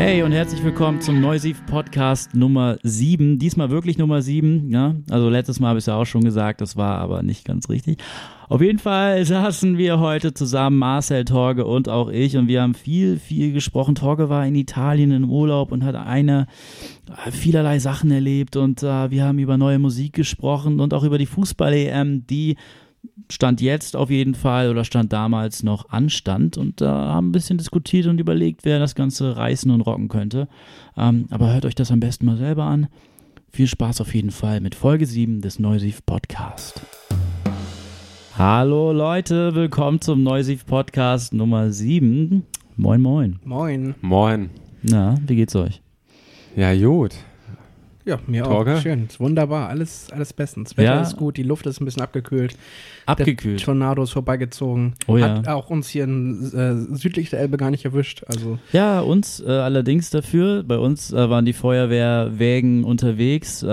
Hey und herzlich willkommen zum Neusief-Podcast Nummer 7. Diesmal wirklich Nummer 7. Ja? Also letztes Mal habe ich es ja auch schon gesagt, das war aber nicht ganz richtig. Auf jeden Fall saßen wir heute zusammen, Marcel, Torge und auch ich, und wir haben viel gesprochen. Torge war in Italien im Urlaub und hat vielerlei Sachen erlebt, und wir haben über neue Musik gesprochen und auch über die Fußball-EM, die stand jetzt auf jeden Fall oder stand damals noch anstand, und haben ein bisschen diskutiert und überlegt, wer das Ganze reißen und rocken könnte. Aber hört euch das am besten mal selber an. Viel Spaß auf jeden Fall mit Folge 7 des Neusief Podcast. Hallo Leute, willkommen zum Neusief Podcast Nummer 7. Moin, moin. Moin. Moin. Na, wie geht's euch? Ja, gut. Ja, mir Torge? auch. Schön. Ist wunderbar. Alles bestens. Das Wetter ist gut, die Luft ist ein bisschen abgekühlt. Abgekühlt. Der Tornado ist vorbeigezogen. Oh ja. Hat auch uns hier südlich der Elbe gar nicht erwischt. Also Ja, uns allerdings dafür. Bei uns waren die Feuerwehrwägen unterwegs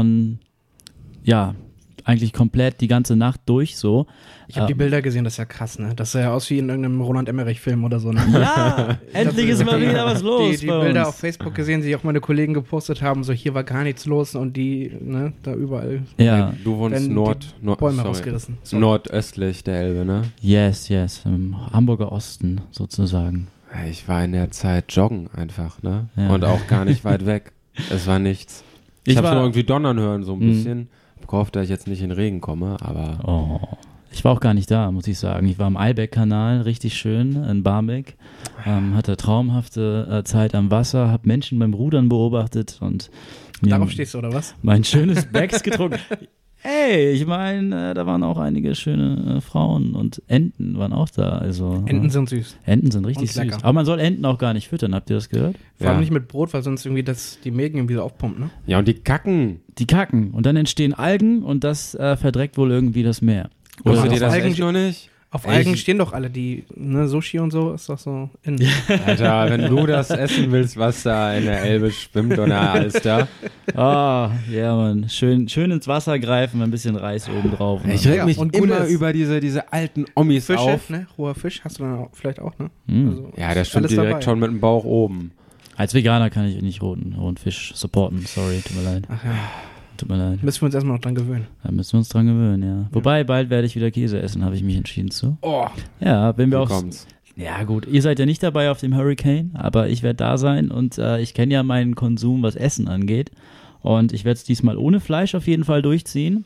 eigentlich komplett die ganze Nacht durch so. ich habe die Bilder gesehen, das ist ja krass, ne? Das sah ja aus wie in irgendeinem Roland-Emmerich-Film oder so. Ne? Ja, endlich ist mal wieder was los Die bei Bilder uns. auf Facebook gesehen, die auch meine Kollegen gepostet haben, so hier war gar nichts los, und die, ne, da überall Ja, Du wohnst werden Bäume rausgerissen. Sorry. nordöstlich der Elbe, ne? yes, im Hamburger Osten sozusagen. Ich war in der Zeit joggen einfach, ne? Ja. Und auch gar nicht weit weg. Es war nichts. Ich habe nur irgendwie donnern hören, so ein bisschen. Ich hoffe, dass ich jetzt nicht in den Regen komme, aber... Oh, ich war auch gar nicht da, muss ich sagen. Ich war am Eilbeck-Kanal, richtig schön, in Barmbek. Hatte traumhafte Zeit am Wasser, habe Menschen beim Rudern beobachtet und mir Darauf stehst du, oder was? mein schönes Becks getrunken. Ey, ich meine, da waren auch einige schöne Frauen, und Enten waren auch da. Also, Enten sind süß. Enten sind richtig Und süß. lecker. Aber man soll Enten auch gar nicht füttern, habt ihr das gehört? Vor allem Ja. nicht mit Brot, weil sonst irgendwie die Mägen irgendwie so aufpumpen, ne? Ja, und die kacken. Die kacken und dann entstehen Algen, und das verdreckt wohl irgendwie das Meer. Wusstet auf ihr das Algen- echt noch nicht? Auf Echt? Algen stehen doch alle, die, ne, Sushi und so ist doch so in. Alter, wenn du das essen willst, was da in der Elbe schwimmt oder alles da. Ah, ja, Mann. Schön ins Wasser greifen, ein bisschen Reis oben drauf. Ne? Ich reg Ja, mich und immer Gutes. über diese alten Omis Fische, auf. ne? Roher Fisch hast du dann auch, vielleicht auch, ne? Mhm. Also, Ja, der ist stimmt alles direkt dabei. schon mit dem Bauch oben. Als Veganer kann ich nicht roten Fisch supporten. Sorry, tut mir leid. Ach ja, Tut mir leid. müssen wir uns erstmal noch dran gewöhnen. Da müssen wir uns dran gewöhnen, ja. Wobei, bald werde ich wieder Käse essen, habe ich mich entschieden zu. Oh, Ja, wenn wir Wie auch... kommt's? Ja gut, ihr seid ja nicht dabei auf dem Hurricane, aber ich werde da sein, und ich kenne ja meinen Konsum, was Essen angeht. Und ich werde es diesmal ohne Fleisch auf jeden Fall durchziehen.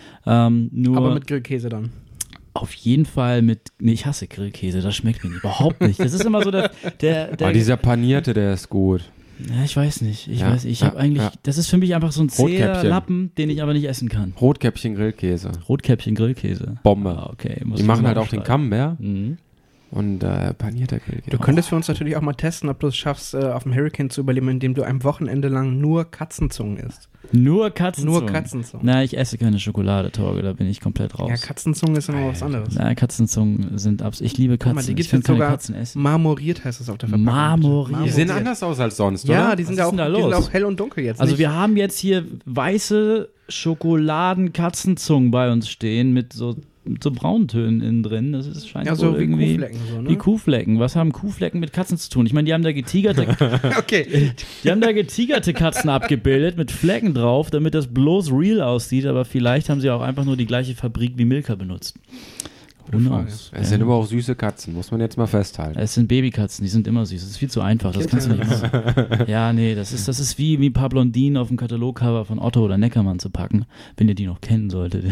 Nur aber mit Grillkäse dann. auf jeden Fall ich hasse Grillkäse, das schmeckt mir überhaupt nicht. Das ist immer so der Aber dieser panierte, der ist gut. ja, ich weiß nicht. Ich Ja, habe eigentlich, ja. das ist für mich einfach so ein zäher Rotkäppchen. Lappen, den ich aber nicht essen kann. Rotkäppchen Grillkäse. Rotkäppchen Grillkäse. Bombe. Ah, okay. muss Die ich machen mal halt auch den aufschreiben. Camembert Mhm. und panierter Grillkäse. Du könntest für uns natürlich auch mal testen, ob du es schaffst, auf dem Hurricane zu überleben, indem du ein Wochenende lang nur Katzenzungen isst. Nur Katzenzungen. Nur Katzenzungen. Na, ich esse keine Schokolade, Torge, da bin ich komplett raus. Ja, Katzenzungen ist immer was anderes. Na, Katzenzungen sind ich liebe Guck mal, Katzen. die Ich gibt's kann jetzt keine sogar Katzen essen. marmoriert heißt es auf der Verpackung. Marmoriert. Die sehen anders aus als sonst, Ja, oder? die sind Was ja ist auch, denn da die sind los? auch hell und dunkel jetzt. Also nicht? wir haben jetzt hier weiße Schokoladen-Katzenzungen bei uns stehen mit so Brauntönen innen drin. Das scheint ja, so wohl wie irgendwie Kuhflecken. So, ne? wie Kuhflecken. Was haben Kuhflecken mit Katzen zu tun? Ich meine, die haben da getigerte Okay. Die haben da getigerte Katzen abgebildet mit Flecken drauf, damit das bloß real aussieht, aber vielleicht haben sie auch einfach nur die gleiche Fabrik wie Milka benutzt. Who knows? Es sind aber auch süße Katzen, muss man jetzt mal festhalten. Es sind Babykatzen, die sind immer süß. Das ist viel zu einfach, das kannst du nicht machen. Ja, nee, das ist wie ein paar Blondinen auf dem Katalogcover von Otto oder Neckermann zu packen, wenn ihr die noch kennen solltet.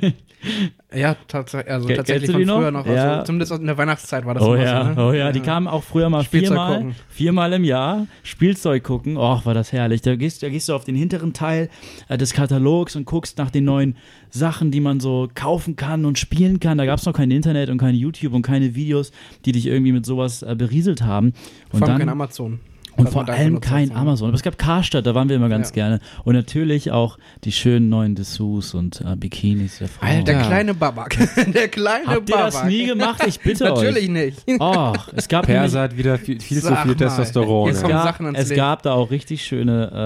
Ja, tatsächlich Kennst tatsächlich du von die noch? früher noch. Ja. Also, zumindest in der Weihnachtszeit war das Oh immer ja, so, ne? oh ja, die kamen auch früher mal Spielzeug gucken. viermal im Jahr, Spielzeug gucken. Och, war das herrlich. Da gehst du auf den hinteren Teil des Katalogs und guckst nach den neuen Sachen, die man so kaufen kann und spielen kann. Da gab es noch kein Internet und kein YouTube und keine Videos, die dich irgendwie mit sowas berieselt haben. Und Vor allem dann kein Amazon. Und was vor man da allem benutzt kein hat, so. Amazon. Aber es gab Karstadt, da waren wir immer ganz Ja. gerne. Und natürlich auch die schönen neuen Dessous und Bikinis der Frauen. Alter. Der kleine Babak. Der kleine Habt ihr Babak. das nie gemacht? Ich bitte Natürlich euch. nicht. Och, es gab Perser hat wieder viel zu Sag viel mal. Testosteron. Jetzt Es kommen Ja. Sachen ans es Licht. gab da auch richtig schöne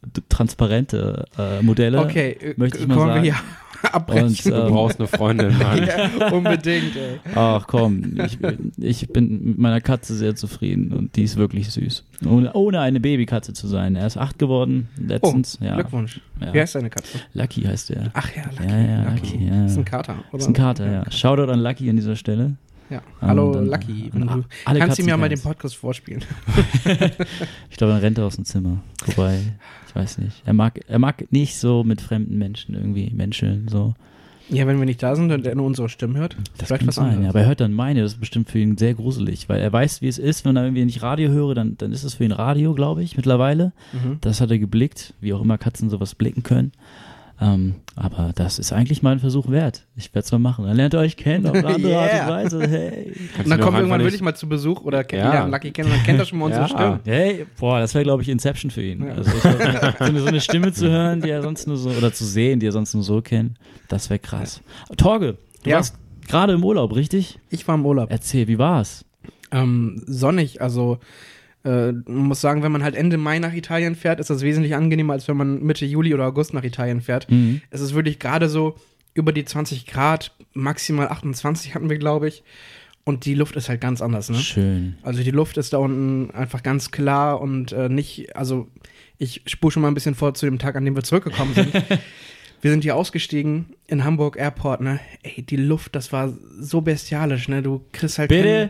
transparente Modelle. Okay, möchte ich mal sagen. wir hier abbrechen. Und, Du brauchst eine Freundin, Mann. Ja, unbedingt, ey. Ach komm, ich bin mit meiner Katze sehr zufrieden und die ist wirklich süß. Ohne eine Babykatze zu sein. Er ist 8 geworden letztens. Oh, ja. Glückwunsch. Ja. Wie heißt deine Katze? Lucky heißt er. Ach ja, Lucky. Ja, Lucky. Ja. Ist ein Kater, oder? Ist ein Kater, ja. Shoutout an Lucky an dieser Stelle. Ja. Hallo dann, Lucky. alle Kannst du mir mal den Katzenfans. Podcast vorspielen? Ich glaube, dann rennt er aus dem Zimmer. Wobei, ich weiß nicht. Er mag nicht so mit fremden Menschen irgendwie menscheln. So. Ja, wenn wir nicht da sind und er nur unsere Stimmen hört, Das vielleicht kann was sein, anderes. ja. Aber er hört dann meine. Das ist bestimmt für ihn sehr gruselig, weil er weiß, wie es ist. Wenn er irgendwie nicht Radio höre, dann ist es für ihn Radio, glaube ich, mittlerweile. Mhm. Das hat er geblickt, wie auch immer Katzen sowas blicken können. Aber das ist eigentlich mal ein Versuch wert. Ich werde es mal machen. Dann lernt ihr euch kennen auf eine andere Art und Weise. Hey. Und dann kommt irgendwann wirklich mal zu Besuch oder lernen Lucky kennen und dann kennt er schon mal unsere Stimmen. Hey, boah, das wäre, glaube ich, Inception für ihn. Ja. Also so eine Stimme zu hören, die er sonst nur so, oder zu sehen, die er sonst nur so kennt, das wäre krass. Torge, du warst gerade im Urlaub, richtig? Ich war im Urlaub. Erzähl, wie war's? Sonnig, also man muss sagen, wenn man halt Ende Mai nach Italien fährt, ist das wesentlich angenehmer, als wenn man Mitte Juli oder August nach Italien fährt. Mhm. Es ist wirklich gerade so über die 20 Grad, maximal 28 hatten wir, glaube ich. Und die Luft ist halt ganz anders, ne? Schön. Also die Luft ist da unten einfach ganz klar und nicht, also ich spule schon mal ein bisschen vor zu dem Tag, an dem wir zurückgekommen sind. Wir sind hier ausgestiegen in Hamburg Airport, ne? Ey, die Luft, das war so bestialisch, ne? Du kriegst halt Bitte?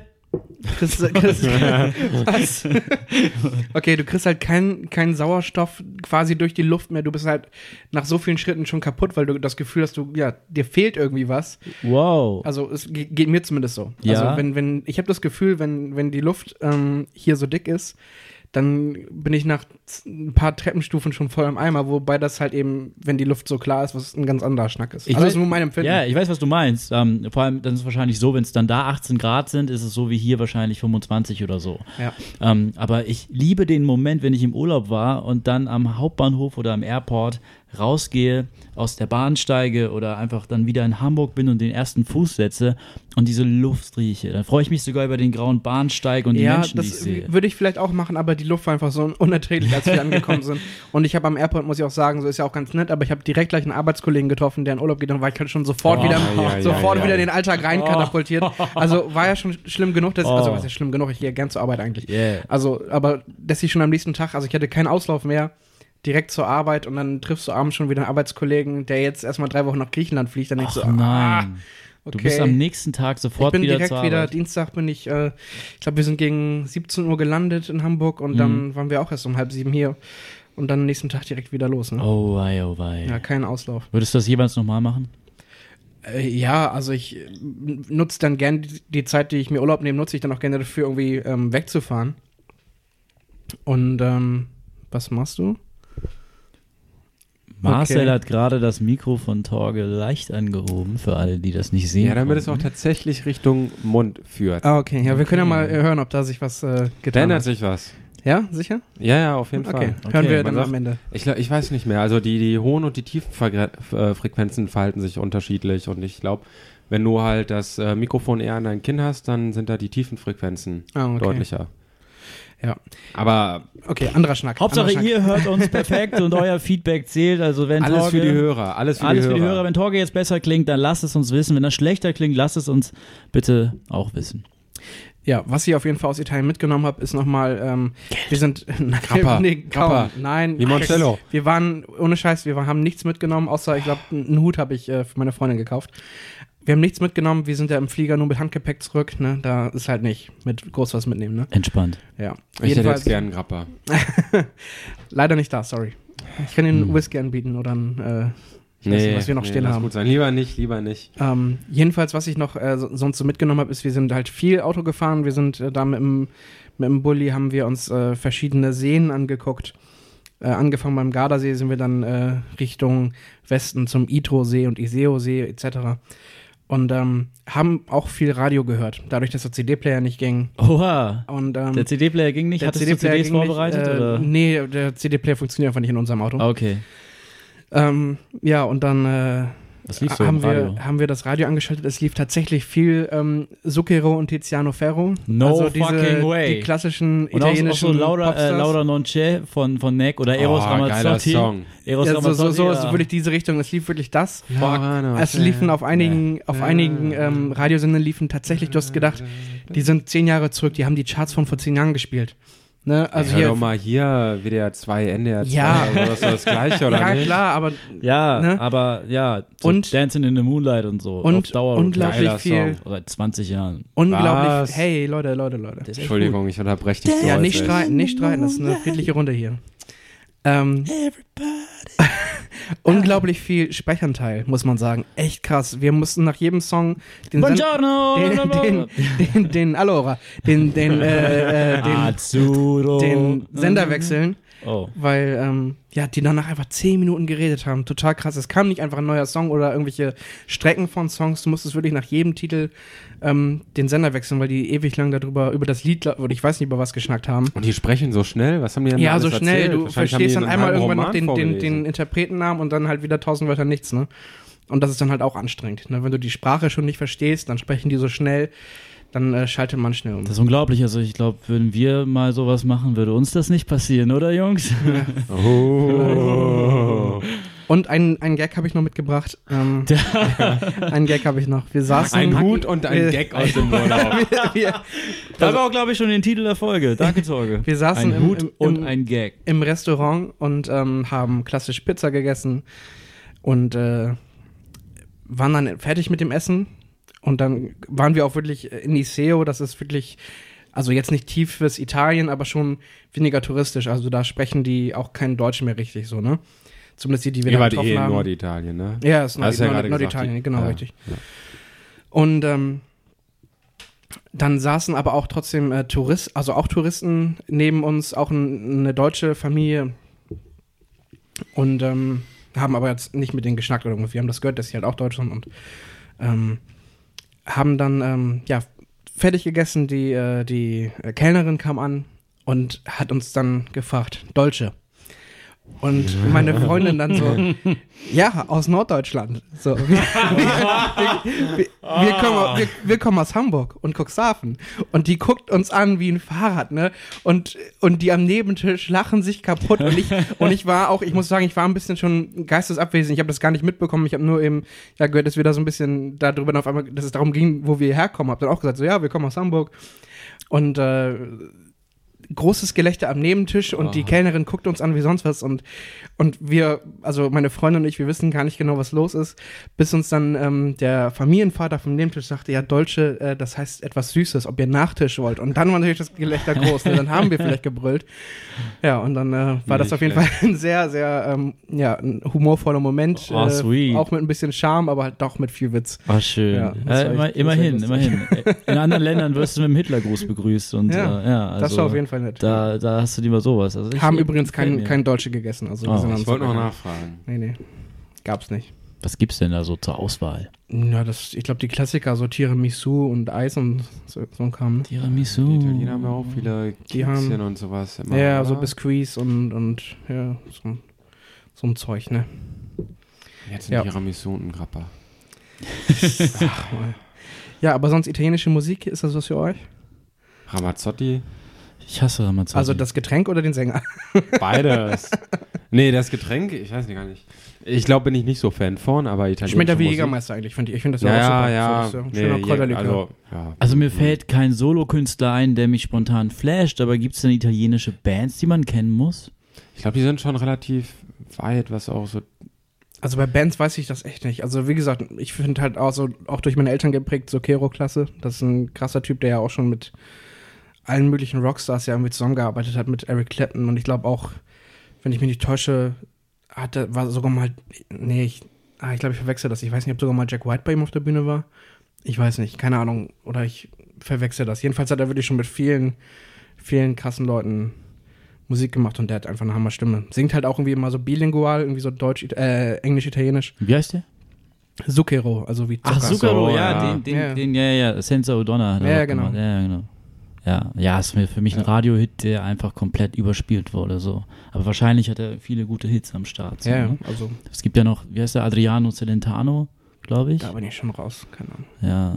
Was? Okay, du kriegst halt keinen Sauerstoff quasi durch die Luft mehr. Du bist halt nach so vielen Schritten schon kaputt, weil du das Gefühl hast, dir fehlt irgendwie was. Wow. Also es geht mir zumindest so. Ja. Also wenn ich habe das Gefühl, wenn die Luft hier so dick ist, dann bin ich nach ein paar Treppenstufen schon voll im Eimer, wobei das halt eben, wenn die Luft so klar ist, was ein ganz anderer Schnack ist. Das ist nur mein Empfinden. Ja, ich weiß, was du meinst. Vor allem, dann ist es wahrscheinlich so, wenn es dann da 18 Grad sind, ist es so wie hier wahrscheinlich 25 oder so. Ja. Aber ich liebe den Moment, wenn ich im Urlaub war und dann am Hauptbahnhof oder am Airport rausgehe, aus der Bahn steige oder einfach dann wieder in Hamburg bin und den ersten Fuß setze und diese Luft rieche. Dann freue ich mich sogar über den grauen Bahnsteig und die Menschen, die ich sehe. Ja, das würde ich vielleicht auch machen, aber die Luft war einfach so unerträglich, als wir angekommen sind. Und ich habe am Airport, muss ich auch sagen, so ist ja auch ganz nett, aber ich habe direkt gleich einen Arbeitskollegen getroffen, der in Urlaub geht, und war ich halt schon sofort wieder in den Alltag rein katapultiert. Also war ja schon schlimm genug, also was ist schlimm genug, ich gehe gern zur Arbeit eigentlich. Yeah. Also, aber dass ich schon am nächsten Tag, also ich hatte keinen Auslauf mehr, direkt zur Arbeit und dann triffst du abends schon wieder einen Arbeitskollegen, der jetzt erstmal 3 Wochen nach Griechenland fliegt, dann denkst du, nein. Okay. Du bist am nächsten Tag sofort wieder zur Arbeit. Wieder, Dienstag bin ich glaube, wir sind gegen 17 Uhr gelandet in Hamburg und dann waren wir auch erst um 6:30 hier und dann am nächsten Tag direkt wieder los. Ne? Oh wei, oh wei. Ja, kein Auslauf. Würdest du das jeweils nochmal machen? Ja, also ich nutze dann gerne die Zeit, die ich mir Urlaub nehme, nutze ich dann auch gerne dafür, irgendwie wegzufahren. Und was machst du? Marcel hat gerade das Mikro von Torge leicht angehoben, für alle, die das nicht sehen. Ja, damit es auch tatsächlich Richtung Mund führt. Ah, okay. Ja, wir können ja mal hören, ob da sich was getan Da ändert hat. sich was. Ja, sicher? Ja, auf jeden Fall. Hören wir Man dann sagt, am Ende. Ich weiß nicht mehr. Also die hohen und die tiefen Frequenzen verhalten sich unterschiedlich und ich glaube, wenn du halt das Mikrofon eher an dein Kinn hast, dann sind da die tiefen Frequenzen deutlicher. Ja. Aber okay, anderer Schnack. Hauptsache, ihr hört uns perfekt und euer Feedback zählt. Also wenn alles Torge, für die Hörer. Alles für die Hörer. Wenn Torge jetzt besser klingt, dann lasst es uns wissen. Wenn er schlechter klingt, lasst es uns bitte auch wissen. Ja, was ich auf jeden Fall aus Italien mitgenommen habe, ist nochmal, wir sind Grappa. kaum. Nein, Limoncello. Wir waren, ohne Scheiß, haben nichts mitgenommen, außer, ich glaube, einen Hut habe ich für meine Freundin gekauft. Wir haben nichts mitgenommen, wir sind ja im Flieger nur mit Handgepäck zurück, ne? Da ist halt nicht mit groß was mitnehmen, ne? Entspannt. Ja. Ich hätte jetzt gern einen Grappa. Leider nicht da, sorry. Ich kann Ihnen einen Whisky anbieten oder ein, ich weiß nicht, was wir noch stehen haben. Gut sein. Lieber nicht. Jedenfalls, was ich noch sonst so mitgenommen habe, ist, wir sind halt viel Auto gefahren. Wir sind da mit dem Bulli, haben wir uns verschiedene Seen angeguckt. Angefangen beim Gardasee sind wir dann Richtung Westen zum Idro-See und Iseo-See etc. Und haben auch viel Radio gehört, dadurch, dass der CD-Player nicht ging. Oha, und, der CD-Player ging nicht? Hattest du CDs vorbereitet? Oder? Nee, der CD-Player funktioniert einfach nicht in unserem Auto. Okay. Ja, und dann Was lief so im Radio? Haben wir das Radio angeschaltet. Es lief tatsächlich viel Zucchero und Tiziano Ferro. No also fucking way. Die klassischen und auch italienischen so Laura Non C'è von Neck oder Eros Ramazzotti. Eros Ramazzotti. So ist wirklich diese Richtung. Es lief wirklich das. Es liefen auf einigen Radiosendern liefen tatsächlich, du hast gedacht, die sind 10 Jahre zurück, die haben die Charts von vor 10 Jahren gespielt. Ne? Also hör doch mal hier, WDR 2, NDR 2, also das ist das Gleiche, oder ja, nicht? Klar, aber so und Dancing in the Moonlight und so. Und auf Dauer unglaublich viel. Seit 20 Jahren. Unglaublich. Hey, Leute. Entschuldigung, ich unterbreche dich so. Ja, nicht streiten, das ist eine friedliche Runde hier. Unglaublich viel Sprechanteil, muss man sagen. Echt krass. Wir mussten nach jedem Song den Sender wechseln. Oh. Weil die danach einfach 10 Minuten geredet haben. Total krass. Es kam nicht einfach ein neuer Song oder irgendwelche Strecken von Songs. Du musstest wirklich nach jedem Titel den Sender wechseln, weil die ewig lang über das Lied, oder ich weiß nicht, über was geschnackt haben. Und die sprechen so schnell? Was haben die denn Ja, alles so schnell. erzählt? Du verstehst dann einmal irgendwann noch den Interpretennamen und dann halt wieder 1000 Wörter nichts, ne? Und das ist dann halt auch anstrengend. Ne? Wenn du die Sprache schon nicht verstehst, dann sprechen die so schnell, dann schaltet man schnell um. Das ist unglaublich. Also ich glaube, wenn wir mal sowas machen, würde uns das nicht passieren, oder Jungs? Ja. Oh. Und einen Gag habe ich noch mitgebracht. Einen Gag habe ich noch. Wir saßen ein Hut und ein Gag aus dem Urlaub. Das war auch, glaube ich, schon den Titel der Folge. Danke, Sorge. Wir saßen ein Hut und ein Gag im Restaurant und haben klassisch Pizza gegessen und waren dann fertig mit dem Essen. Und dann waren wir auch wirklich in Iseo, das ist wirklich, also jetzt nicht tiefes Italien, aber schon weniger touristisch. Also da sprechen die auch kein Deutsch mehr richtig so, ne? Zumindest die wir da getroffen haben. Norditalien, ne? Ja, ist Norditalien, genau, richtig. Ja. Und dann saßen aber auch trotzdem Touristen neben uns, auch eine deutsche Familie. Und haben aber jetzt nicht mit denen geschnackt oder irgendwie. Wir haben das gehört, dass sie halt auch Deutsch sind und haben dann fertig gegessen. Die Kellnerin kam an und hat uns dann gefragt, Dolce. Und meine Freundin dann so, ja, aus Norddeutschland. So, wir kommen aus Hamburg und Cuxhaven. Und die guckt uns an wie ein Fahrrad, ne? Und die am Nebentisch lachen sich kaputt. Und ich muss sagen, ich war ein bisschen schon geistesabwesend. Ich habe das gar nicht mitbekommen. Ich habe nur eben gehört, dass wir da so ein bisschen darüber auf einmal, dass es darum ging, wo wir herkommen. Hab dann auch gesagt, so, ja, wir kommen aus Hamburg. Und großes Gelächter am Nebentisch und die Kellnerin guckt uns an wie sonst was und wir, also meine Freundin und ich, wir wissen gar nicht genau, was los ist, bis uns dann der Familienvater vom Nebentisch sagte, ja, Dolce, das heißt etwas Süßes, ob ihr Nachtisch wollt. Und dann war natürlich das Gelächter groß, ne? Dann haben wir vielleicht gebrüllt. Ja, und dann war das auf jeden Fall ein sehr, sehr ein humorvoller Moment. Sweet. Auch mit ein bisschen Charme, aber halt doch mit viel Witz. Schön. Ja, immerhin. In anderen Ländern wirst du mit dem Hitlergruß begrüßt. Und, also, das war auf jeden Fall nett. Da hast du lieber sowas. Also haben übrigens kein Deutsche gegessen. Also ich wollte noch nachfragen. Nee. Gab's nicht. Was gibt's denn da so zur Auswahl? Ja, ich glaube, die Klassiker, so Tiramisu und Eis und so kam. Tiramisu. Die Italiener haben ja auch viele Kekschen und sowas. Immer, ja, oder? So Biscuits und ja, so ein Zeug, ne? Jetzt ein Tiramisu und ein Grappa. Ja, aber sonst italienische Musik, ist das was für euch? Ramazzotti. Ich hasse Ramazzotti. Also das Getränk oder den Sänger? Beides. Nee, das Getränk, ich weiß nicht gar nicht. Ich glaube, bin ich nicht so Fan von, aber italienische schmeckt ja wie Musik. Jägermeister eigentlich, finde ich. Ich finde das ja auch super. So, schöner Kräuterlikör. Also mir fällt kein Solokünstler ein, der mich spontan flasht, aber gibt es denn italienische Bands, die man kennen muss? Ich glaube, die sind schon relativ weit, was auch so... Also bei Bands weiß ich das echt nicht. Also wie gesagt, ich finde halt auch durch meine Eltern geprägt, so Kero-Klasse. Das ist ein krasser Typ, der ja auch schon mit allen möglichen Rockstars ja irgendwie zusammengearbeitet hat, mit Eric Clapton. Und ich glaube auch, wenn ich mich nicht täusche, war sogar mal, ich glaube, ich verwechsel das. Ich weiß nicht, ob sogar mal Jack White bei ihm auf der Bühne war. Ich weiß nicht, keine Ahnung. Oder ich verwechsel das. Jedenfalls hat er wirklich schon mit vielen, vielen krassen Leuten Musik gemacht und der hat einfach eine Hammerstimme. Singt halt auch irgendwie immer so bilingual, irgendwie so Deutsch, Englisch, Italienisch. Wie heißt der? Zucchero, also wie Zucker. Ach, Zucchero, den Senza Udonna. Ja, genau. Ja, genau. Ja, ist für mich ein Radiohit, der einfach komplett überspielt wurde. So. Aber wahrscheinlich hat er viele gute Hits am Start. So, ne? Also. Es gibt ja noch, wie heißt der, Adriano Celentano, glaube ich. Da bin ich schon raus, keine Ahnung. Ja.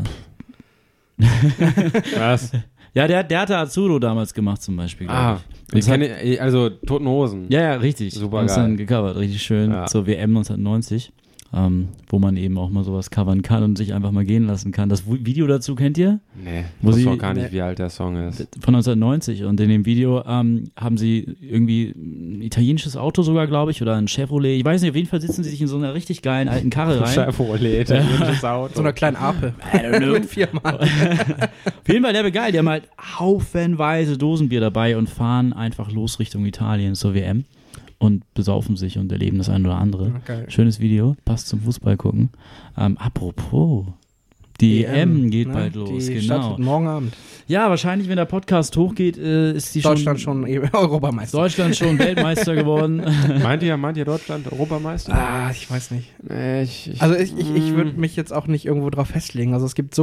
Was? Ja, der hatte Azzurro damals gemacht zum Beispiel. Also Toten Hosen. Ja, richtig. Super geil. geil. Dann gecovert, richtig schön. Zur WM 1990. Wo man eben auch mal sowas covern kann und sich einfach mal gehen lassen kann. Das Video dazu kennt ihr? Nee, ich weiß auch gar nicht, wie alt der Song ist. Von 1990 und in dem Video haben sie irgendwie ein italienisches Auto sogar, glaube ich, oder ein Chevrolet. Ich weiß nicht, auf jeden Fall sitzen sie sich in so einer richtig geilen alten Karre rein. Chevrolet, italienisches Auto. So einer kleinen Ape. Mit 4 Mann. Auf jeden Fall der geil. Die haben halt haufenweise Dosenbier dabei und fahren einfach los Richtung Italien zur WM. Und besaufen sich und erleben das eine oder andere. Okay. Schönes Video, passt zum Fußball gucken. Apropos, die EM geht bald los, die startet morgen Abend. Ja, wahrscheinlich, wenn der Podcast hochgeht, ist die Deutschland schon Europameister. Deutschland schon Weltmeister geworden. Meint ihr Deutschland Europameister? Ich weiß nicht. Ich würde mich jetzt auch nicht irgendwo drauf festlegen. Also es gibt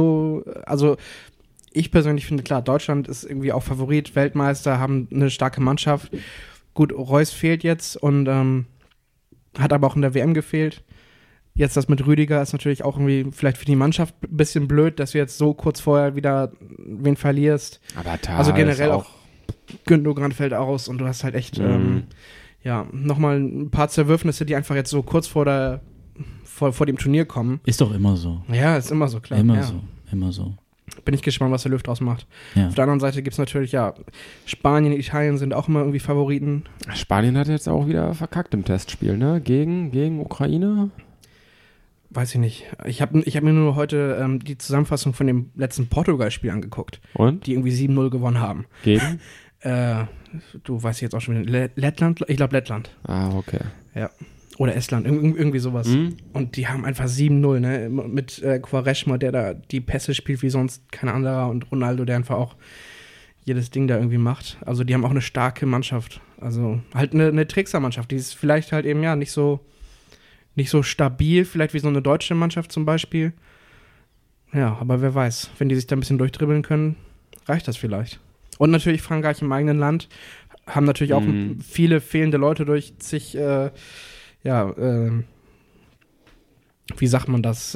ich persönlich finde, klar, Deutschland ist irgendwie auch Favorit, Weltmeister, haben eine starke Mannschaft. Gut, Reus fehlt jetzt und hat aber auch in der WM gefehlt. Jetzt das mit Rüdiger ist natürlich auch irgendwie vielleicht für die Mannschaft ein bisschen blöd, dass du jetzt so kurz vorher wieder wen verlierst. Aber also generell auch Gündogan fällt aus und du hast halt echt nochmal ein paar Zerwürfnisse, die einfach jetzt so kurz vor dem Turnier kommen. Ist doch immer so. Ja, ist immer so, klar. Immer so. Bin ich gespannt, was der Löw draus macht. Ja. Auf der anderen Seite gibt es natürlich, Spanien, Italien sind auch immer irgendwie Favoriten. Spanien hat jetzt auch wieder verkackt im Testspiel, ne? Gegen Ukraine? Weiß ich nicht. Ich hab mir nur heute die Zusammenfassung von dem letzten Portugal-Spiel angeguckt. Und? Die irgendwie 7-0 gewonnen haben. Gegen? Du weißt jetzt auch schon wieder. Lettland? Ich glaube Lettland. Ah, okay. Ja. Oder Estland, irgendwie sowas. Und die haben einfach 7-0, ne? Mit Quaresma, der da die Pässe spielt wie sonst kein anderer und Ronaldo, der einfach auch jedes Ding da irgendwie macht. Also die haben auch eine starke Mannschaft. Also halt eine Trickser-Mannschaft, die ist vielleicht halt eben nicht so stabil, vielleicht wie so eine deutsche Mannschaft zum Beispiel. Ja, aber wer weiß, wenn die sich da ein bisschen durchdribbeln können, reicht das vielleicht. Und natürlich Frankreich im eigenen Land haben natürlich auch viele fehlende Leute durch sich wie sagt man das,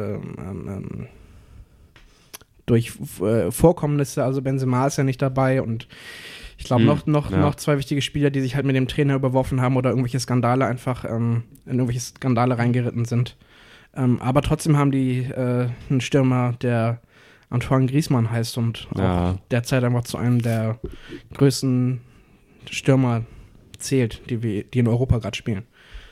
durch Vorkommnisse, also Benzema ist ja nicht dabei und ich glaube noch 2 wichtige Spieler, die sich halt mit dem Trainer überworfen haben oder irgendwelche Skandale einfach in irgendwelche Skandale reingeritten sind. Aber trotzdem haben die einen Stürmer, der Antoine Griezmann heißt und auch derzeit einfach zu einem der größten Stürmer zählt, die in Europa gerade spielen.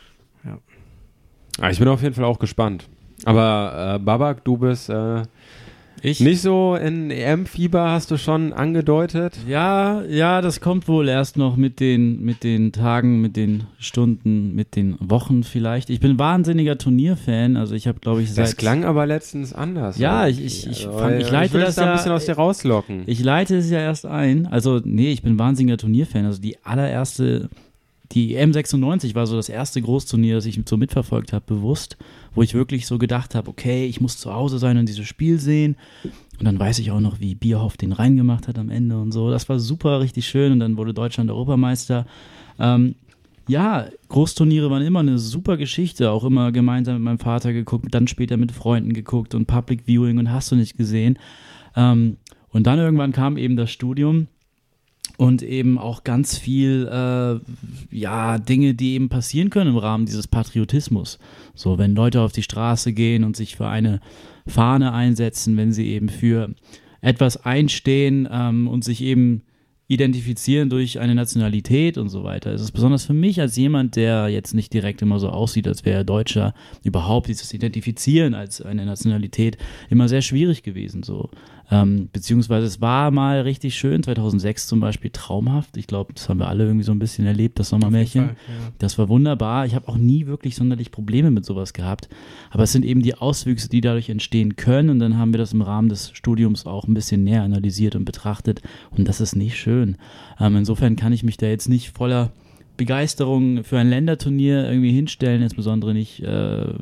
Ja. Ich bin auf jeden Fall auch gespannt. Aber Babak, du bist nicht so in EM-Fieber, hast du schon angedeutet? Ja, das kommt wohl erst noch mit den Tagen, mit den Stunden, mit den Wochen vielleicht. Ich bin wahnsinniger Turnierfan, also ich habe, glaube ich, Das klang aber letztens anders. Ja, ich leite das da ein bisschen aus dir rauslocken. Ich leite es ja erst ein. Also, nee, ich bin wahnsinniger Turnierfan. Also die EM 96 war so das erste Großturnier, das ich so mitverfolgt habe, bewusst, wo ich wirklich so gedacht habe, okay, ich muss zu Hause sein und dieses Spiel sehen. Und dann weiß ich auch noch, wie Bierhoff den reingemacht hat am Ende und so. Das war super, richtig schön. Und dann wurde Deutschland Europameister. Großturniere waren immer eine super Geschichte. Auch immer gemeinsam mit meinem Vater geguckt, dann später mit Freunden geguckt und Public Viewing und hast du nicht gesehen. Und dann irgendwann kam eben das Studium. Und eben auch ganz viel, Dinge, die eben passieren können im Rahmen dieses Patriotismus. So, wenn Leute auf die Straße gehen und sich für eine Fahne einsetzen, wenn sie eben für etwas einstehen und sich eben identifizieren durch eine Nationalität und so weiter. Es ist besonders für mich als jemand, der jetzt nicht direkt immer so aussieht, als wäre er Deutscher, überhaupt dieses Identifizieren als eine Nationalität immer sehr schwierig gewesen. So. Beziehungsweise es war mal richtig schön, 2006 zum Beispiel traumhaft. Ich glaube, das haben wir alle irgendwie so ein bisschen erlebt, das Sommermärchen. Fall, ja. Das war wunderbar. Ich habe auch nie wirklich sonderlich Probleme mit sowas gehabt. Aber es sind eben die Auswüchse, die dadurch entstehen können. Und dann haben wir das im Rahmen des Studiums auch ein bisschen näher analysiert und betrachtet. Und das ist nicht schön. Insofern kann ich mich da jetzt nicht voller Begeisterung für ein Länderturnier irgendwie hinstellen, insbesondere nicht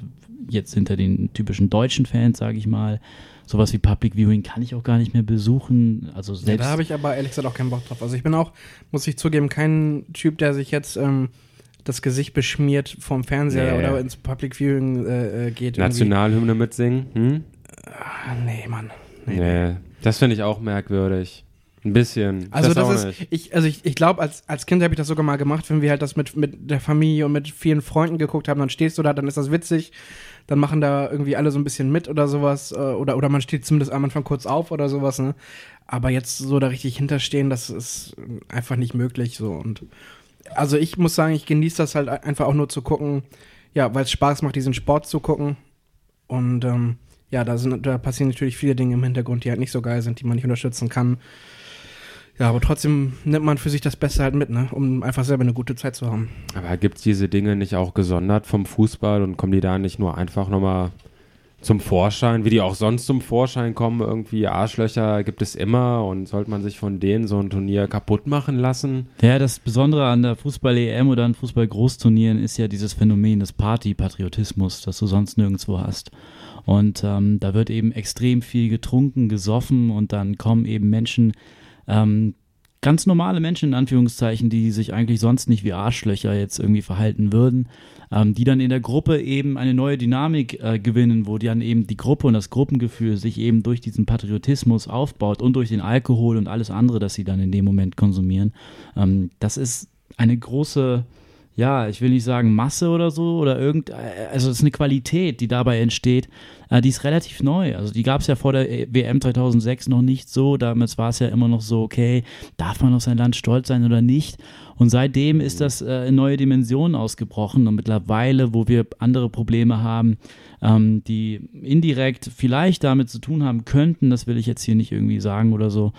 jetzt hinter den typischen deutschen Fans, sage ich mal. Sowas wie Public Viewing kann ich auch gar nicht mehr besuchen. Also selbst da habe ich aber ehrlich gesagt auch keinen Bock drauf. Also ich bin auch, muss ich zugeben, kein Typ, der sich jetzt das Gesicht beschmiert vom Fernseher oder ins Public Viewing geht. Nationalhymne mitsingen? Nee, Mann. Nee. Das finde ich auch merkwürdig. Ein bisschen. Also ich glaube, als Kind habe ich das sogar mal gemacht, wenn wir halt das mit der Familie und mit vielen Freunden geguckt haben, dann stehst du da, dann ist das witzig, dann machen da irgendwie alle so ein bisschen mit oder sowas, oder man steht zumindest am Anfang kurz auf oder sowas, ne? Aber jetzt so da richtig hinterstehen, das ist einfach nicht möglich so. Und also ich muss sagen, ich genieße das halt einfach auch nur zu gucken, ja, weil es Spaß macht, diesen Sport zu gucken. Und da passieren natürlich viele Dinge im Hintergrund, die halt nicht so geil sind, die man nicht unterstützen kann. Ja, aber trotzdem nimmt man für sich das Beste halt mit, ne, um einfach selber eine gute Zeit zu haben. Aber gibt es diese Dinge nicht auch gesondert vom Fußball und kommen die da nicht nur einfach nochmal zum Vorschein, wie die auch sonst zum Vorschein kommen? Irgendwie Arschlöcher gibt es immer und sollte man sich von denen so ein Turnier kaputt machen lassen? Ja, das Besondere an der Fußball-EM oder an Fußball-Großturnieren ist ja dieses Phänomen des Party-Patriotismus, das du sonst nirgendwo hast. Und da wird eben extrem viel getrunken, gesoffen und dann kommen eben Menschen, ganz normale Menschen in Anführungszeichen, die sich eigentlich sonst nicht wie Arschlöcher jetzt irgendwie verhalten würden, die dann in der Gruppe eben eine neue Dynamik gewinnen, wo dann eben die Gruppe und das Gruppengefühl sich eben durch diesen Patriotismus aufbaut und durch den Alkohol und alles andere, das sie dann in dem Moment konsumieren. Das ist eine große, ja, ich will nicht sagen Masse oder so oder also es ist eine Qualität, die dabei entsteht, die ist relativ neu. Also die gab es ja vor der WM 2006 noch nicht so, damals war es ja immer noch so, okay, darf man auf sein Land stolz sein oder nicht? Und seitdem ist das in neue Dimensionen ausgebrochen und mittlerweile, wo wir andere Probleme haben, die indirekt vielleicht damit zu tun haben könnten, das will ich jetzt hier nicht irgendwie sagen oder so,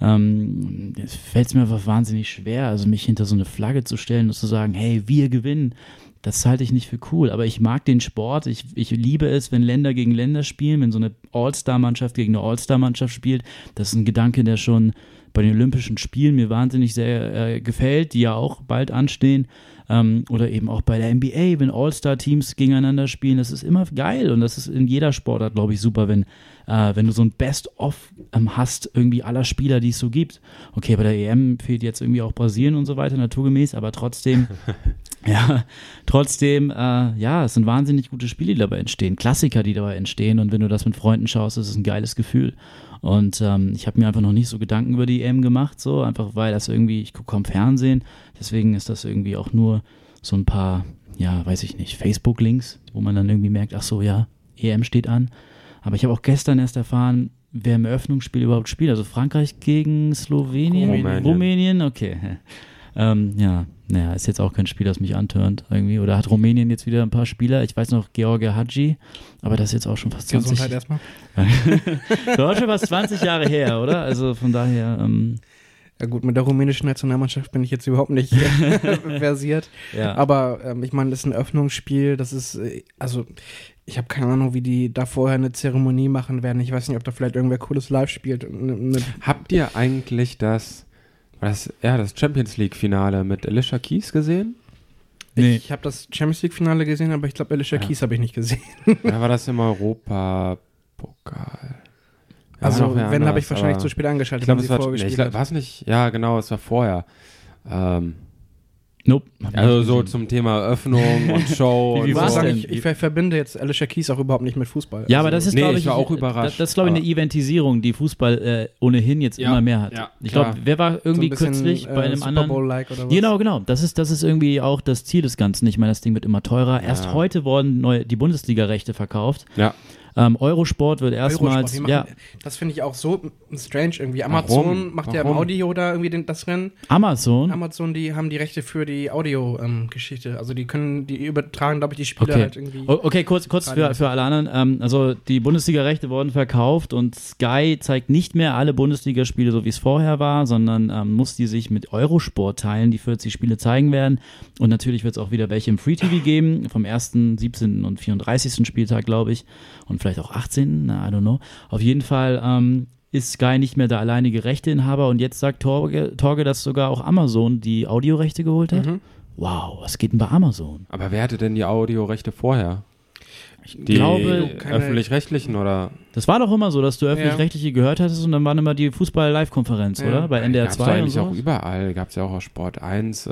fällt es mir einfach wahnsinnig schwer, also mich hinter so eine Flagge zu stellen und zu sagen, hey, wir gewinnen. Das halte ich nicht für cool, aber ich mag den Sport, ich liebe es, wenn Länder gegen Länder spielen, wenn so eine All-Star-Mannschaft gegen eine All-Star-Mannschaft spielt. Das ist ein Gedanke, der schon bei den Olympischen Spielen mir wahnsinnig sehr gefällt, die ja auch bald anstehen. Oder eben auch bei der NBA, wenn All-Star-Teams gegeneinander spielen, das ist immer geil und das ist in jeder Sportart, glaube ich, super, wenn du so ein Best-of hast, irgendwie aller Spieler, die es so gibt. Okay, bei der EM fehlt jetzt irgendwie auch Brasilien und so weiter, naturgemäß, aber trotzdem, es sind wahnsinnig gute Spiele, die dabei entstehen, Klassiker, die dabei entstehen und wenn du das mit Freunden schaust, ist es ein geiles Gefühl. Und ich habe mir einfach noch nicht so Gedanken über die EM gemacht, so einfach weil das irgendwie, ich gucke kaum Fernsehen, deswegen ist das irgendwie auch nur so ein paar, ja, weiß ich nicht, Facebook-Links, wo man dann irgendwie merkt, ach so, ja, EM steht an. Aber ich habe auch gestern erst erfahren, wer im Eröffnungsspiel überhaupt spielt, also Frankreich gegen Slowenien, Rumänien, okay. Ist jetzt auch kein Spiel, das mich antörnt irgendwie. Oder hat Rumänien jetzt wieder ein paar Spieler? Ich weiß noch, George Hadji, aber das ist jetzt auch schon fast 20 Jahre. Gesundheit erstmal. Das war schon fast 20 Jahre her, oder? Also von daher. Ja gut, mit der rumänischen Nationalmannschaft bin ich jetzt überhaupt nicht versiert. Ja. Aber ich meine, das ist ein Öffnungsspiel, das ist, also ich habe keine Ahnung, wie die da vorher eine Zeremonie machen werden. Ich weiß nicht, ob da vielleicht irgendwer Cooles live spielt. Habt ihr eigentlich das Champions League-Finale mit Alicia Keys gesehen? Nee. Ich habe das Champions League-Finale gesehen, aber ich glaube, Alicia Keys habe ich nicht gesehen. Da war das im Europapokal. Ja, also, wenn, habe ich wahrscheinlich zu spät angeschaltet. Ich glaube, war es nicht? Ja, genau, es war vorher. Nope. Also so zum Thema Öffnung und Show. Wie war's denn? Ich verbinde jetzt Alicia Keys auch überhaupt nicht mit Fußball. Ja, aber das ist, glaube ich, war auch überrascht. Das ist, glaube ich, eine Eventisierung, die Fußball ohnehin jetzt immer mehr hat. Ja, ich glaube, wer war irgendwie so kürzlich bei einem anderen? Super Bowl-like oder was? Genau. Das ist irgendwie auch das Ziel des Ganzen. Ich meine, das Ding wird immer teurer. Ja. Erst heute wurden die Bundesliga-Rechte verkauft. Ja. Eurosport wird erstmals, das finde ich auch so strange irgendwie. Amazon macht ja im Audio da irgendwie das Rennen. Amazon, die haben die Rechte für die Audio-Geschichte. Also die übertragen, glaube ich, die Spiele halt irgendwie. Okay, kurz für alle anderen. Also die Bundesliga-Rechte wurden verkauft und Sky zeigt nicht mehr alle Bundesligaspiele, so wie es vorher war, sondern muss die sich mit Eurosport teilen, die 40 Spiele zeigen werden. Und natürlich wird es auch wieder welche im Free-TV geben, vom 1., 17. und 34. Spieltag, glaube ich. Und vielleicht auch 18, I don't know. Auf jeden Fall ist Sky nicht mehr der alleinige Rechteinhaber und jetzt sagt Torge, dass sogar auch Amazon die Audiorechte geholt hat. Mhm. Wow, was geht denn bei Amazon? Aber wer hatte denn die Audiorechte vorher? Die glaube, öffentlich-rechtlichen oder? das war doch immer so, dass du öffentlich-rechtliche gehört hattest und dann waren immer die Fußball-Live-Konferenz, oder? Bei NDR 2 und eigentlich so. auch überall. Gab es ja auch auf Sport 1.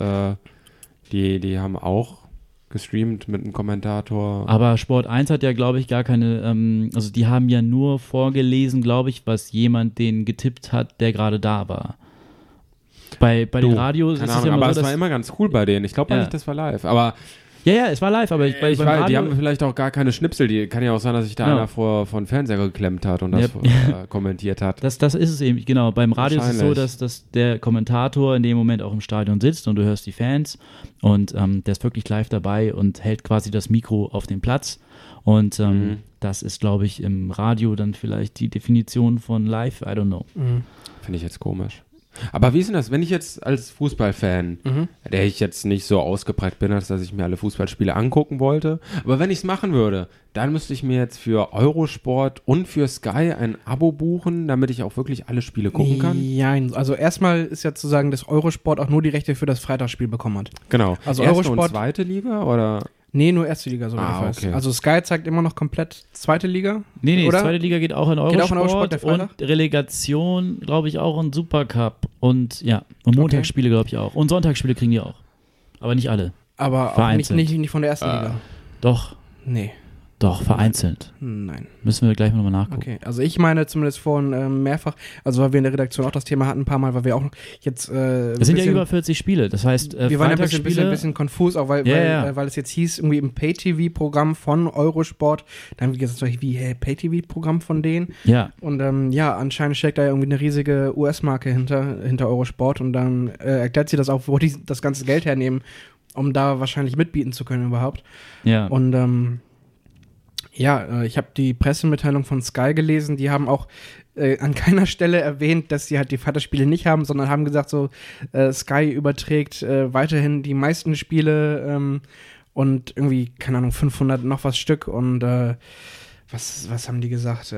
Die haben auch gestreamt mit einem Kommentator. Aber Sport 1 hat ja, glaube ich, gar keine, also die haben ja nur vorgelesen, glaube ich, was jemand denen getippt hat, der gerade da war. Bei den Radios ist es ja immer aber so, es war immer ganz cool bei denen. Ich glaube nicht, das war live. Aber ja, es war live, aber beim Radio, die haben vielleicht auch gar keine Schnipsel. Die kann ja auch sein, dass sich da einer vor den Fernseher geklemmt hat und das kommentiert hat. Das ist es eben, genau. Beim Radio ist es so, dass der Kommentator in dem Moment auch im Stadion sitzt und du hörst die Fans und der ist wirklich live dabei und hält quasi das Mikro auf den Platz. Und das ist, glaube ich, im Radio dann vielleicht die Definition von live, I don't know. Finde ich jetzt komisch. Aber wie ist denn das, wenn ich jetzt als Fußballfan, der ich jetzt nicht so ausgeprägt bin, als dass ich mir alle Fußballspiele angucken wollte, aber wenn ich es machen würde, dann müsste ich mir jetzt für Eurosport und für Sky ein Abo buchen, damit ich auch wirklich alle Spiele gucken kann? Ja, also erstmal ist ja zu sagen, dass Eurosport auch nur die Rechte für das Freitagsspiel bekommen hat. Genau. Also Erste Eurosport, und zweite Liga oder? Nee, nur erste Liga, soweit ich weiß. Okay. Also Sky zeigt immer noch komplett zweite Liga. Nee, oder? Zweite Liga geht auch in Eurosport, Geht auch in Eurosport, der Freitag? und Relegation, glaube ich, auch in Supercup und und Montagsspiele, glaube ich, auch. Und Sonntagsspiele kriegen die auch. Aber nicht alle. Aber auch nicht von der ersten Liga. Doch. Nee. Doch, vereinzelt. Nein. Müssen wir gleich nochmal nachgucken. Okay, also ich meine zumindest vorhin mehrfach, also weil wir in der Redaktion auch das Thema hatten, ein paar Mal, weil wir auch noch jetzt es sind ja über 40 Spiele, das heißt wir waren ja ein bisschen konfus, auch weil es jetzt hieß, irgendwie im Pay-TV-Programm von Eurosport, dann haben wir gesagt, wie Pay-TV-Programm von denen? Ja. Und anscheinend steckt da irgendwie eine riesige US-Marke hinter Eurosport und dann erklärt sie das auch, wo die das ganze Geld hernehmen, um da wahrscheinlich mitbieten zu können überhaupt. Ja. Und ich habe die Pressemitteilung von Sky gelesen, die haben auch an keiner Stelle erwähnt, dass sie halt die Vaterspiele nicht haben, sondern haben gesagt, so Sky überträgt weiterhin die meisten Spiele und irgendwie, keine Ahnung, 500 noch was Stück und was haben die gesagt?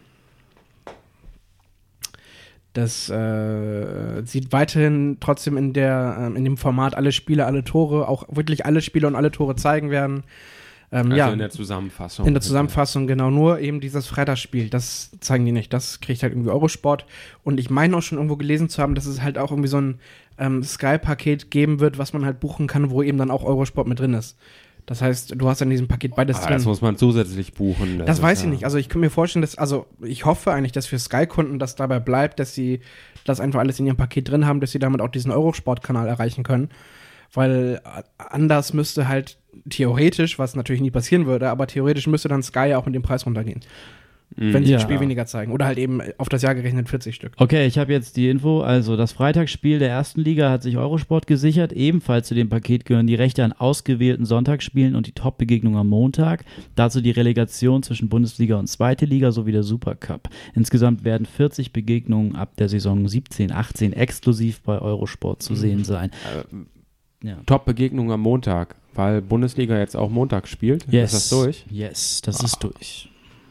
Das sieht weiterhin trotzdem in dem Format alle Spiele, alle Tore, auch wirklich alle Spiele und alle Tore zeigen werden. In der Zusammenfassung. In der Zusammenfassung, genau. Nur eben dieses Freitagsspiel, das zeigen die nicht. Das kriegt halt irgendwie Eurosport. Und ich meine auch schon irgendwo gelesen zu haben, dass es halt auch irgendwie so ein Sky-Paket geben wird, was man halt buchen kann, wo eben dann auch Eurosport mit drin ist. Das heißt, du hast in diesem Paket beides drin. Das muss man zusätzlich buchen. Das weiß ich nicht. Also ich kann mir vorstellen, ich hoffe eigentlich, dass für Sky-Kunden das dabei bleibt, dass sie das einfach alles in ihrem Paket drin haben, dass sie damit auch diesen Eurosport-Kanal erreichen können. Weil anders müsste halt theoretisch, was natürlich nie passieren würde, aber theoretisch müsste dann Sky auch mit dem Preis runtergehen. Wenn sie das Spiel weniger zeigen. Oder halt eben auf das Jahr gerechnet 40 Stück. Okay, ich habe jetzt die Info. Also das Freitagsspiel der ersten Liga hat sich Eurosport gesichert. Ebenfalls zu dem Paket gehören die Rechte an ausgewählten Sonntagsspielen und die Top-Begegnung am Montag. Dazu die Relegation zwischen Bundesliga und Zweite Liga sowie der Supercup. Insgesamt werden 40 Begegnungen ab der Saison 17/18 exklusiv bei Eurosport zu sehen sein. Top-Begegnung am Montag, weil Bundesliga jetzt auch Montag spielt. Yes. Ist das durch? Yes, das ist durch.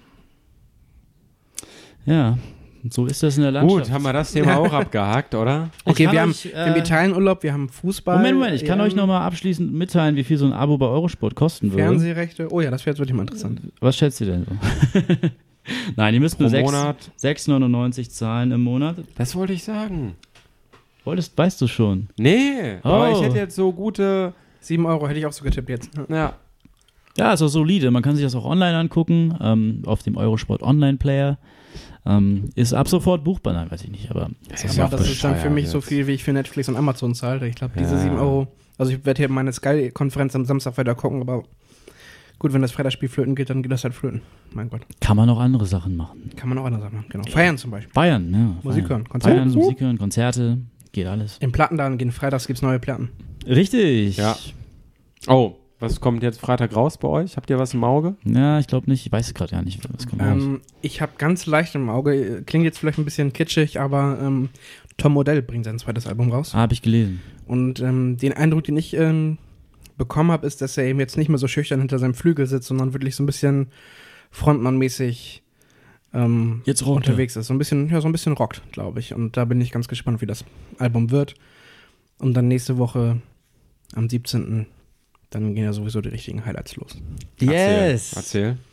Ja, so ist das in der Landschaft. Gut, haben wir das Thema auch abgehakt, oder? Okay, wir haben Italienurlaub, wir haben Fußball. Moment, ich kann euch nochmal abschließend mitteilen, wie viel so ein Abo bei Eurosport kosten würde. Fernsehrechte, oh ja, das wäre jetzt wirklich mal interessant. Was schätzt ihr denn so? Nein, ihr müsst nur 6,99 zahlen im Monat. Das wollte ich sagen. Weißt du schon? Nee, aber ich hätte jetzt so gute 7 Euro hätte ich auch so getippt jetzt. Ja. Ja, ist auch solide. Man kann sich das auch online angucken, auf dem Eurosport Online-Player. Ist ab sofort buchbar, nein, weiß ich nicht, aber das ist dann für mich so viel, wie ich für Netflix und Amazon zahle. Ich glaube, diese 7 Euro, also ich werde hier meine Sky-Konferenz am Samstag weiter gucken, aber gut, wenn das Freitagsspiel flöten geht, dann geht das halt flöten. Mein Gott. Kann man auch andere Sachen machen. Genau. Feiern zum Beispiel. Feiern, ja. Musik hören, Konzerte. Feiern, Musik hören, Konzerte, geht alles. In Plattenladen gehen, freitags gibt's neue Platten. Richtig. Ja. Oh, was kommt jetzt Freitag raus bei euch? Habt ihr was im Auge? Ja, ich glaube nicht. Ich weiß gerade gar nicht, was kommt raus. Ich habe ganz leicht im Auge, klingt jetzt vielleicht ein bisschen kitschig, aber Tom Odell bringt sein zweites Album raus. Habe ich gelesen. Und den Eindruck, den ich bekommen habe, ist, dass er eben jetzt nicht mehr so schüchtern hinter seinem Flügel sitzt, sondern wirklich so ein bisschen Frontmann-mäßig jetzt unterwegs ist. So ein bisschen rockt, glaube ich. Und da bin ich ganz gespannt, wie das Album wird. Und dann nächste Woche am 17. Dann gehen ja sowieso die richtigen Highlights los. Yes! Erzähl.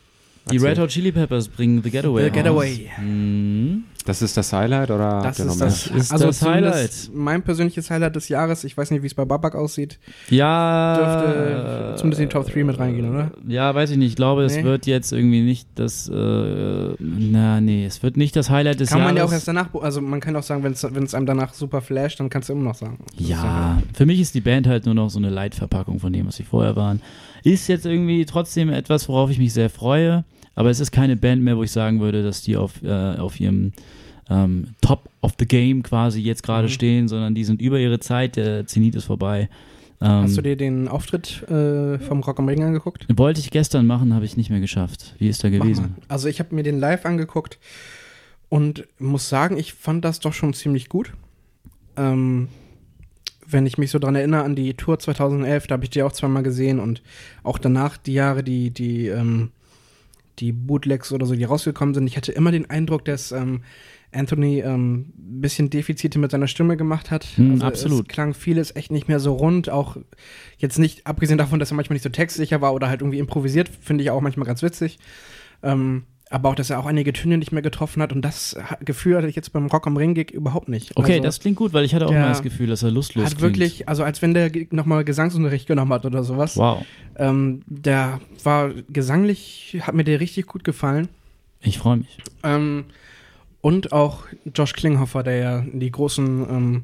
Die Red Hot Chili Peppers bringen The Getaway The Getaway. raus. Mhm. Das ist das Highlight oder Das habt ihr noch ist mehr? das, ist also das Highlight. mein persönliches Highlight des Jahres. Ich weiß nicht, wie es bei Babak aussieht. Ja. Dürfte zumindest in die Top 3 mit reingehen, oder? Ja, weiß ich nicht. Ich glaube, es Nee. wird jetzt irgendwie nicht das, es wird nicht das Highlight des Kann Jahres. man ja auch erst danach, also man kann auch sagen, wenn es einem danach super flasht, dann kannst du immer noch sagen. Ja, für mich ist die Band halt nur noch so eine Light-Verpackung von dem, was sie vorher waren. Ist jetzt irgendwie trotzdem etwas, worauf ich mich sehr freue, aber es ist keine Band mehr, wo ich sagen würde, dass die auf ihrem Top of the Game quasi jetzt gerade stehen, sondern die sind über ihre Zeit, der Zenit ist vorbei. Hast du dir den Auftritt vom Rock am Ring angeguckt? Wollte ich gestern machen, habe ich nicht mehr geschafft. Wie ist da Mach gewesen? mal. Also ich habe mir den live angeguckt und muss sagen, ich fand das doch schon ziemlich gut. Wenn ich mich so dran erinnere an die Tour 2011, da habe ich die auch zweimal gesehen und auch danach die Jahre, die Bootlegs oder so, die rausgekommen sind. Ich hatte immer den Eindruck, dass Anthony ein bisschen Defizite mit seiner Stimme gemacht hat. Absolut. Es klang vieles echt nicht mehr so rund, auch jetzt nicht, abgesehen davon, dass er manchmal nicht so textsicher war oder halt irgendwie improvisiert, finde ich auch manchmal ganz witzig. Aber auch, dass er auch einige Töne nicht mehr getroffen hat und das Gefühl hatte ich jetzt beim Rock am Ring-Gig überhaupt nicht. Okay, also, das klingt gut, weil ich hatte auch der mal das Gefühl, dass er lustlos hat klingt. wirklich, also als wenn der nochmal Gesangsunterricht genommen hat oder sowas. Wow. Der war gesanglich, hat mir der richtig gut gefallen. Ich freue mich. Und auch Josh Klinghoffer, der ja in die großen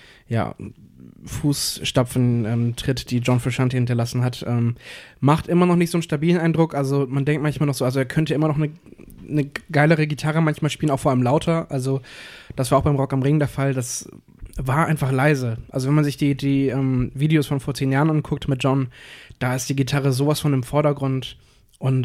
Fußstapfen tritt, die John Frusciante hinterlassen hat, macht immer noch nicht so einen stabilen Eindruck. Also man denkt manchmal noch so, also er könnte immer noch eine geilere Gitarre manchmal spielen, auch vor allem lauter. Also das war auch beim Rock am Ring der Fall. Das war einfach leise. Also wenn man sich die Videos von vor 10 Jahren anguckt mit John, da ist die Gitarre sowas von im Vordergrund und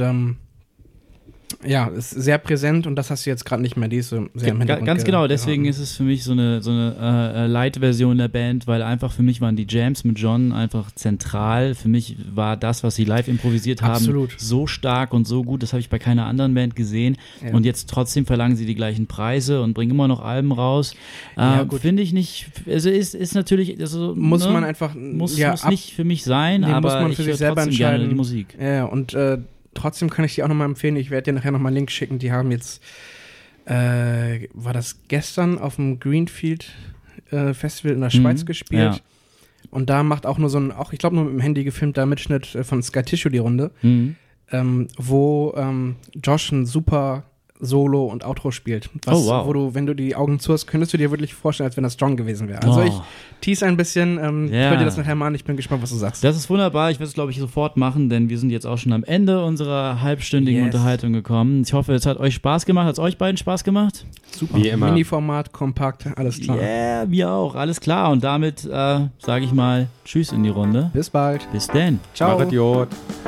ist sehr präsent und das hast du jetzt gerade nicht mehr, die ist so sehr im Hintergrund Ganz genau, deswegen geraten. ist es für mich so eine Light-Version der Band, weil einfach für mich waren die Jams mit John einfach zentral. Für mich war das, was sie live improvisiert haben, Absolut. so stark und so gut, das habe ich bei keiner anderen Band gesehen. Ja. Und jetzt trotzdem verlangen sie die gleichen Preise und bringen immer noch Alben raus. Ja, gut. Finde ich nicht, also ist natürlich, also, Muss ne, man einfach muss nicht für mich sein, Nee, aber muss man ich für sich höre selber trotzdem gerne entscheiden. die Musik. Ja, und trotzdem kann ich die auch nochmal empfehlen. Ich werde dir nachher nochmal einen Link schicken. Die haben jetzt, war das gestern auf dem Greenfield Festival in der Schweiz gespielt. Ja. Und da macht auch nur so ein, auch ich glaube nur mit dem Handy gefilmter Mitschnitt von Sky Tissue die Runde, wo Josh ein super Solo und Outro spielt. Oh, wow. Wo du, wenn du die Augen zu hast, könntest du dir wirklich vorstellen, als wenn das Strong gewesen wäre. Also ich tease ein bisschen, ich höre dir das nachher mal an, ich bin gespannt, was du sagst. Das ist wunderbar. Ich werde es, glaube ich, sofort machen, denn wir sind jetzt auch schon am Ende unserer halbstündigen Unterhaltung gekommen. Ich hoffe, es hat euch Spaß gemacht. Hat es euch beiden Spaß gemacht? Super. Wie immer. Mini-Format, kompakt, alles klar. Ja, wir auch. Alles klar. Und damit sage ich mal Tschüss in die Runde. Bis bald. Bis denn. Ciao. Mach Idiot.